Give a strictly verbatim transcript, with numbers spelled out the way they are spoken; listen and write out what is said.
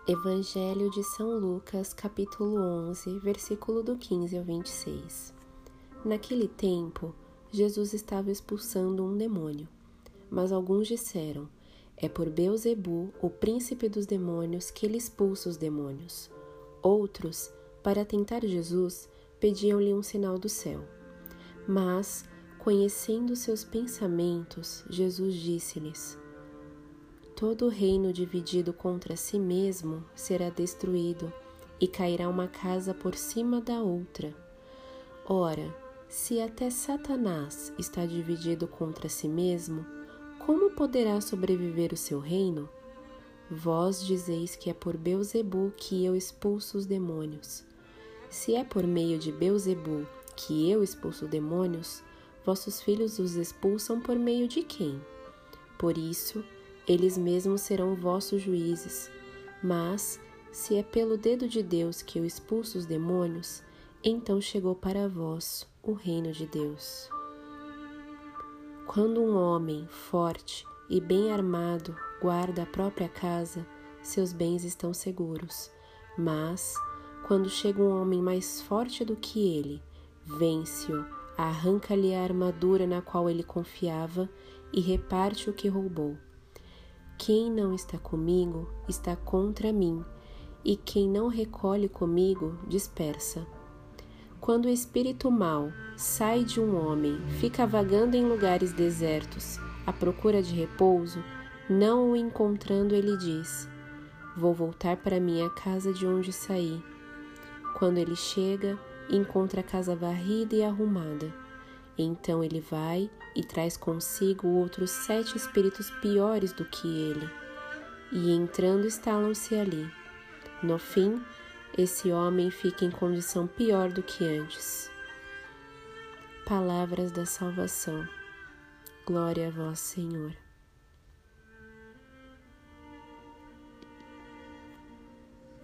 Evangelho de São Lucas, capítulo onze, versículo do quinze ao vinte e seis. Naquele tempo, Jesus estava expulsando um demônio, mas alguns disseram: é por Beelzebu, o príncipe dos demônios, que ele expulsa os demônios. Outros, para tentar Jesus, pediam-lhe um sinal do céu. Mas, conhecendo seus pensamentos, Jesus disse-lhes: todo reino dividido contra si mesmo será destruído, e cairá uma casa por cima da outra. Ora, se até Satanás está dividido contra si mesmo, como poderá sobreviver o seu reino? Vós dizeis que é por Beelzebu que eu expulso os demônios. Se é por meio de Beelzebu que eu expulso demônios, vossos filhos os expulsam por meio de quem? Por isso, eles mesmos serão vossos juízes. Mas, se é pelo dedo de Deus que eu expulso os demônios, então chegou para vós o reino de Deus. Quando um homem forte e bem armado guarda a própria casa, seus bens estão seguros. Mas, quando chega um homem mais forte do que ele, vence-o, arranca-lhe a armadura na qual ele confiava e reparte o que roubou. Quem não está comigo está contra mim, e quem não recolhe comigo dispersa. Quando o espírito mau sai de um homem, fica vagando em lugares desertos, à procura de repouso, não o encontrando, ele diz: vou voltar para minha casa de onde saí. Quando ele chega, encontra a casa varrida e arrumada. Então ele vai e traz consigo outros sete espíritos piores do que ele, e entrando instalam-se ali. No fim, esse homem fica em condição pior do que antes. Palavras da salvação. Glória a vós, Senhor.